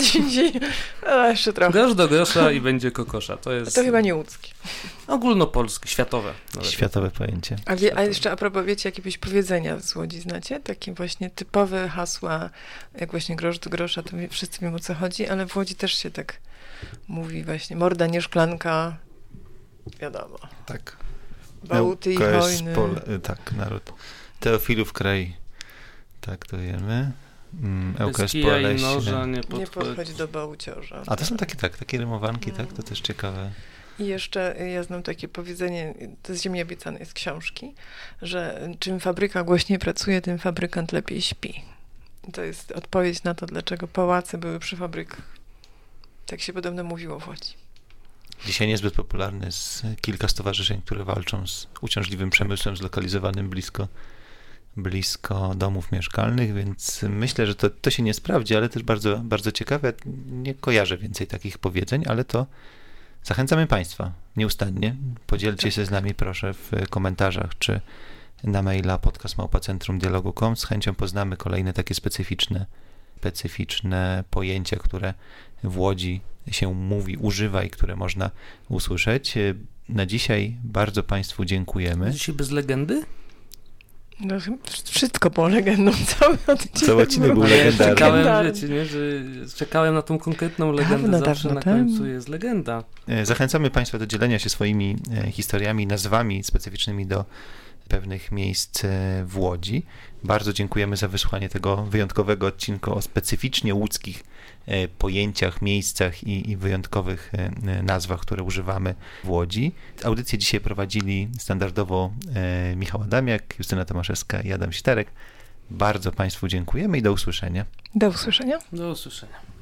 Speaker 1: a jeszcze trochę.
Speaker 3: Grosz do grosza i będzie kokosza. To jest
Speaker 1: To chyba nie łódzkie.
Speaker 3: ogólnopolskie, światowe. nawet.
Speaker 2: Światowe pojęcie.
Speaker 1: A, wie, a jeszcze a propos, wiecie, jakieś powiedzenia z Łodzi znacie? Takie właśnie typowe hasła, jak właśnie grosz do grosza, to wie- wszyscy wiemy, o co chodzi, ale w Łodzi też się tak mówi właśnie. Morda, nie szklanka, wiadomo.
Speaker 2: Tak.
Speaker 1: Bałty i
Speaker 2: Ełka jest
Speaker 1: hojny.
Speaker 2: pole- tak, naród. Teofilów kraj. Tak, to wiemy. Mm, Ełka
Speaker 3: Bez
Speaker 2: jest
Speaker 3: kija i
Speaker 2: poleśnie.
Speaker 3: noża nie
Speaker 1: Nie
Speaker 3: podchodzi.
Speaker 1: podchodź do bałciorza.
Speaker 2: A to są takie, tak, takie rymowanki, tak? To też ciekawe.
Speaker 1: I jeszcze y, ja znam takie powiedzenie, to z Ziemi Obiecanej z książki, że czym fabryka głośniej pracuje, tym fabrykant lepiej śpi. I to jest odpowiedź na to, dlaczego pałace były przy fabrykach. Tak się podobno mówiło w Łodzi.
Speaker 2: Dzisiaj niezbyt popularny jest kilka stowarzyszeń, które walczą z uciążliwym przemysłem zlokalizowanym blisko, blisko domów mieszkalnych, więc myślę, że to, to się nie sprawdzi, ale też bardzo, bardzo ciekawe. Nie kojarzę więcej takich powiedzeń, ale to zachęcamy Państwa nieustannie. Podzielcie
Speaker 1: Tak.
Speaker 2: się z nami proszę w komentarzach, czy na maila podcast małpa centrum dialogu kropka com. Z chęcią poznamy kolejne takie specyficzne, specyficzne pojęcia, które w Łodzi się mówi, używa i które można usłyszeć. Na dzisiaj bardzo Państwu dziękujemy.
Speaker 3: Dzisiaj bez legendy?
Speaker 1: No, chyba wszystko było legendą, cały odcinek.
Speaker 2: Cały odcinek był
Speaker 3: Ale ja
Speaker 2: legendarny.
Speaker 3: czekałem,
Speaker 1: Legendarny.
Speaker 3: wiecie, nie, że czekałem na tą konkretną legendę,
Speaker 1: Dawno,
Speaker 3: zawsze
Speaker 1: dawno
Speaker 3: na
Speaker 1: temu.
Speaker 3: końcu jest legenda.
Speaker 2: Zachęcamy Państwa do dzielenia się swoimi e, historiami, nazwami specyficznymi do pewnych miejsc w Łodzi. Bardzo dziękujemy za wysłuchanie tego wyjątkowego odcinku o specyficznie łódzkich pojęciach, miejscach i, i wyjątkowych nazwach, które używamy w Łodzi. Audycję dzisiaj prowadzili standardowo Michał Adamiak, Justyna Tomaszewska i Adam Sitarek. Bardzo Państwu dziękujemy i do usłyszenia.
Speaker 1: Do usłyszenia.
Speaker 3: Do usłyszenia.